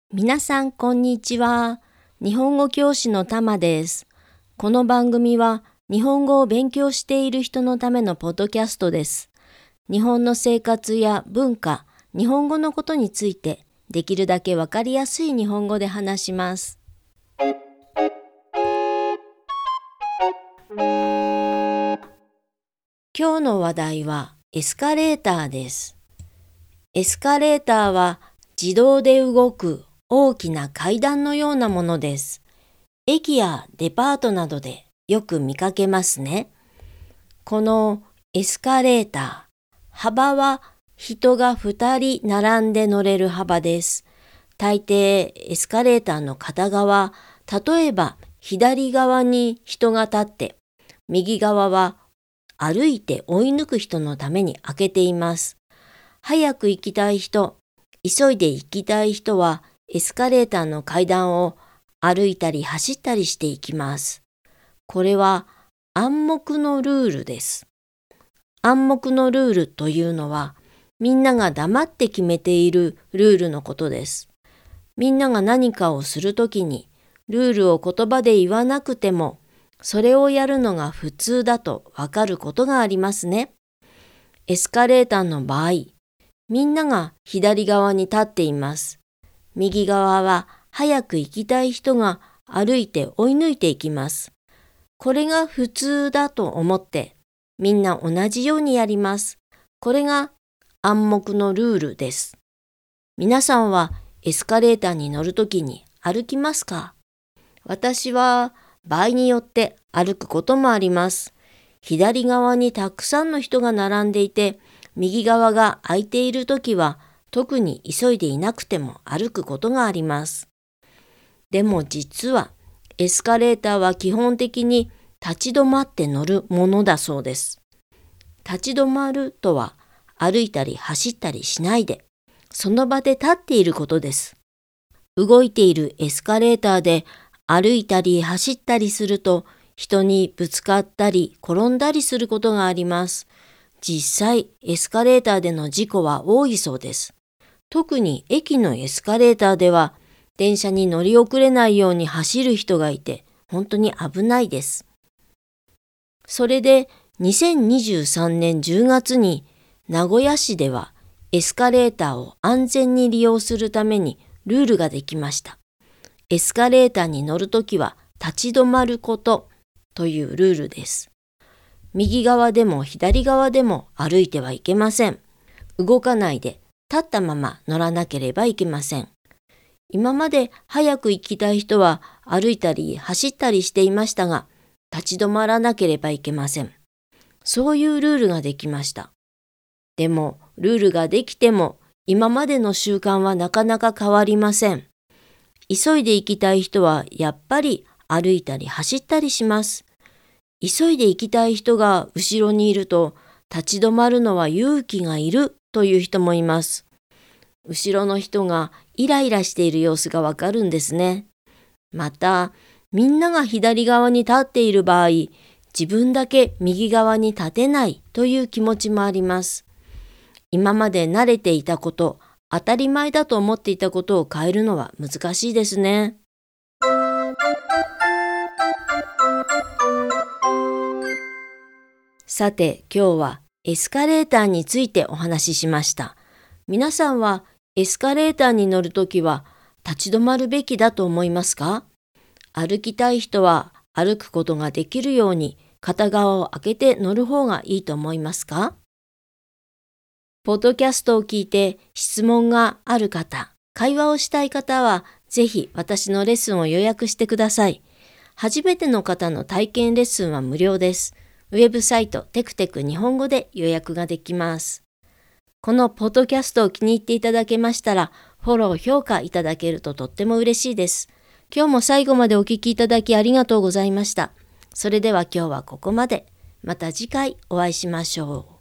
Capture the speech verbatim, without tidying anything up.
皆さんこんにちは。日本語教師のたまです。この番組は日本語を勉強している人のためのポッドキャストです。日本の生活や文化、日本語のことについてできるだけわかりやすい日本語で話します。今日の話題はエスカレーターです。エスカレーターは自動で動く大きな階段のようなものです。駅やデパートなどでよく見かけますね。このエスカレーター、幅は人がふたり並んで乗れる幅です。大抵エスカレーターの片側、例えば左側に人が立って、右側は歩いて追い抜く人のために開けています。早く行きたい人、急いで行きたい人はエスカレーターの階段を歩いたり走ったりしていきます。これは暗黙のルールです。暗黙のルールというのは、みんなが黙って決めているルールのことです。みんなが何かをするときに、ルールを言葉で言わなくても、それをやるのが普通だとわかることがありますね。エスカレーターの場合、みんなが左側に立っています。右側は早く行きたい人が歩いて追い抜いていきます。これが普通だと思って、みんな同じようにやります。これが暗黙のルールです。皆さんはエスカレーターに乗るときに歩きますか？私は場合によって歩くこともあります。左側にたくさんの人が並んでいて、右側が空いているときは特に急いでいなくても歩くことがあります。でも実はエスカレーターは基本的に立ち止まって乗るものだそうです。立ち止まるとは歩いたり走ったりしないで、その場で立っていることです。動いているエスカレーターで歩いたり走ったりすると、人にぶつかったり転んだりすることがあります。実際エスカレーターでの事故は多いそうです。特に駅のエスカレーターでは電車に乗り遅れないように走る人がいて本当に危ないです。それでにせんにじゅうさんねんじゅうがつに名古屋市ではエスカレーターを安全に利用するためにルールができました。エスカレーターに乗るときは立ち止まることというルールです。右側でも左側でも歩いてはいけません。動かないで立ったまま乗らなければいけません。今まで早く行きたい人は歩いたり走ったりしていましたが、立ち止まらなければいけません。そういうルールができました。でも、ルールができても、今までの習慣はなかなか変わりません。急いで行きたい人はやっぱり歩いたり走ったりします。急いで行きたい人が後ろにいると、立ち止まるのは勇気がいるという人もいます。後ろの人がイライラしている様子がわかるんですね。また、みんなが左側に立っている場合、自分だけ右側に立てないという気持ちもあります。今まで慣れていたこと、当たり前だと思っていたことを変えるのは難しいですね。さて、今日はエスカレーターについてお話ししました。皆さんはエスカレーターに乗るときは立ち止まるべきだと思いますか？歩きたい人は歩くことができるように片側を開けて乗る方がいいと思いますか？ポッドキャストを聞いて質問がある方、会話をしたい方はぜひ私のレッスンを予約してください。初めての方の体験レッスンは無料です。ウェブサイトテクテク日本語で予約ができます。このポッドキャストを気に入っていただけましたら、フォロー、評価いただけるととっても嬉しいです。今日も最後までお聞きいただきありがとうございました。それでは今日はここまで。また次回お会いしましょう。